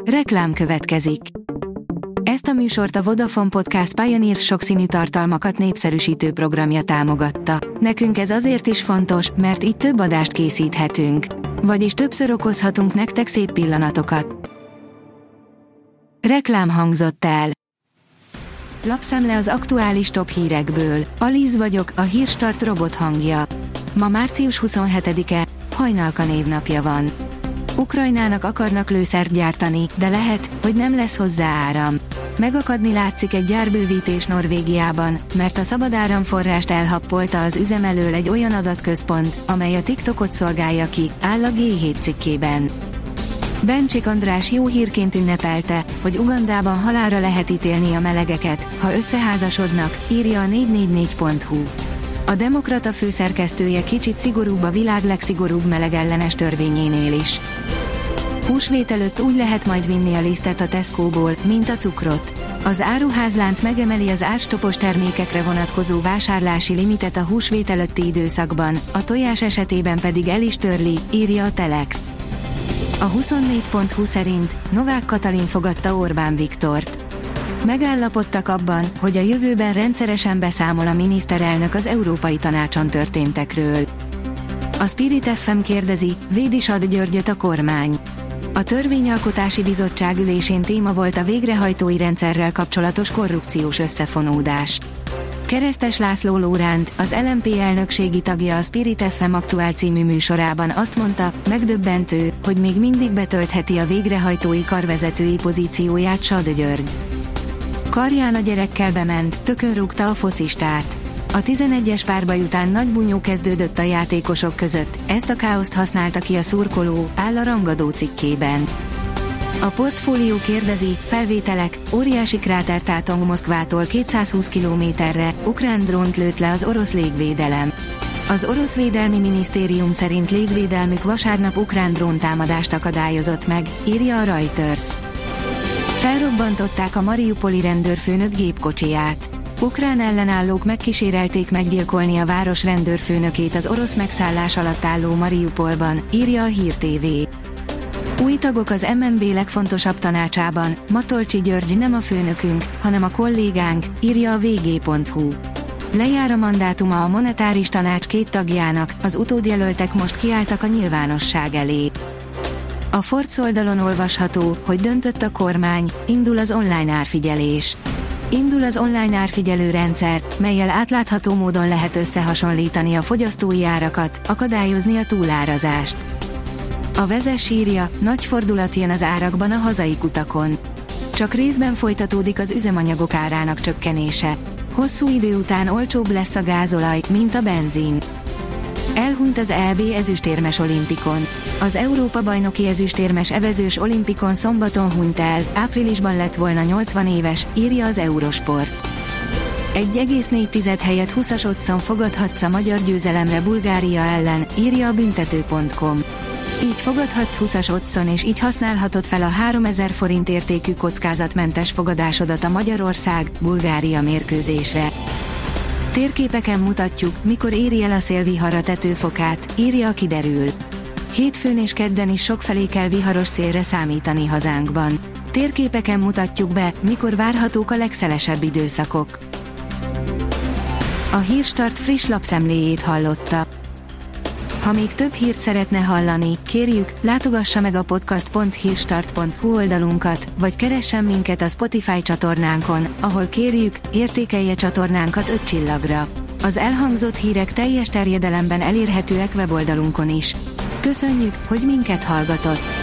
Reklám következik. Ezt a műsort a Vodafone Podcast Pioneer sokszínű tartalmakat népszerűsítő programja támogatta. Nekünk ez azért is fontos, mert így több adást készíthetünk. Vagyis többször okozhatunk nektek szép pillanatokat. Reklám hangzott el. Lapszemle az aktuális top hírekből. Alíz vagyok, a Hírstart robot hangja. Ma március 27-e, Hajnalka névnapja van. Ukrajnának akarnak lőszert gyártani, de lehet, hogy nem lesz hozzá áram. Megakadni látszik egy gyárbővítés Norvégiában, mert a szabad áramforrást elhappolta az üzem elől egy olyan adatközpont, amely a TikTokot szolgálja ki, áll a G7 cikkében. Bencsik András jó hírként ünnepelte, hogy Ugandában halálra lehet ítélni a melegeket, ha összeházasodnak, írja a 444.hu. A Demokrata főszerkesztője kicsit szigorúbb a világ legszigorúbb melegellenes törvényénél is. Húsvét előtt úgy lehet majd vinni a lisztet a Tesco-ból, mint a cukrot. Az áruházlánc megemeli az árstopos termékekre vonatkozó vásárlási limitet a húsvét előtti időszakban, a tojás esetében pedig el is törli, írja a Telex. A 24.hu szerint Novák Katalin fogadta Orbán Viktort. Megállapodtak abban, hogy a jövőben rendszeresen beszámol a miniszterelnök az Európai Tanácson történtekről. A Spirit FM kérdezi, védi Sad Györgyöt a kormány. A Törvényalkotási Bizottság ülésén téma volt a végrehajtói rendszerrel kapcsolatos korrupciós összefonódás. Keresztes László Lóránt, az LMP elnökségi tagja a Spirit FM Aktuál című műsorában azt mondta, megdöbbentő, hogy még mindig betöltheti a végrehajtói karvezetői pozícióját Sad György. Karján a gyerekkel bement, tökön rúgta a focistát. A 11-es párbaj után nagy bunyó kezdődött a játékosok között, ezt a káoszt használta ki a szurkoló, áll a Rangadó cikkében. A Portfólió kérdezi, felvételek, óriási kráter tátong Moszkvától 220 kilométerre, ukrán drónt lőtt le az orosz légvédelem. Az orosz védelmi minisztérium szerint légvédelmük vasárnap ukrán dróntámadást akadályozott meg, írja a Reuters. Felrobbantották a mariupoli rendőrfőnök gépkocsiját. Ukrán ellenállók megkísérelték meggyilkolni a város rendőrfőnökét az orosz megszállás alatt álló Mariupolban, írja a Hír TV. Új tagok az MNB legfontosabb tanácsában, Matolcsy György nem a főnökünk, hanem a kollégánk, írja a vg.hu. Lejár a mandátuma a monetáris tanács 2 tagjának, az utódjelöltek most kiálltak a nyilvánosság elé. A Forbes oldalon olvasható, hogy döntött a kormány, indul az online árfigyelés. Indul az online árfigyelő rendszer, mellyel átlátható módon lehet összehasonlítani a fogyasztói árakat, akadályozni a túlárazást. A Vezes írja, nagy fordulat jön az árakban a hazai kutakon. Csak részben folytatódik az üzemanyagok árának csökkenése. Hosszú idő után olcsóbb lesz a gázolaj, mint a benzin. Elhunyt az EB ezüstérmes olimpikon. Az Európa-bajnoki ezüstérmes evezős olimpikon szombaton hunyt el, áprilisban lett volna 80 éves, írja az Eurosport. 1,4 helyett 20-as oddszon fogadhatsz a magyar győzelemre Bulgária ellen, írja a büntető.com. Így fogadhatsz 20-as oddszon és így használhatod fel a 3000 forint értékű kockázatmentes fogadásodat a Magyarország-Bulgária mérkőzésre. Térképeken mutatjuk, mikor éri el a szélvihar a tetőfokát, írja a Kiderül. Hétfőn és kedden is sokfelé kell viharos szélre számítani hazánkban. Térképeken mutatjuk be, mikor várhatók a legszelesebb időszakok. A Hírstart friss lapszemléjét hallotta. Ha még több hírt szeretne hallani, kérjük, látogassa meg a podcast.hírstart.hu oldalunkat, vagy keressen minket a Spotify csatornánkon, ahol kérjük, értékelje csatornánkat 5 csillagra. Az elhangzott hírek teljes terjedelemben elérhetőek weboldalunkon is. Köszönjük, hogy minket hallgatott!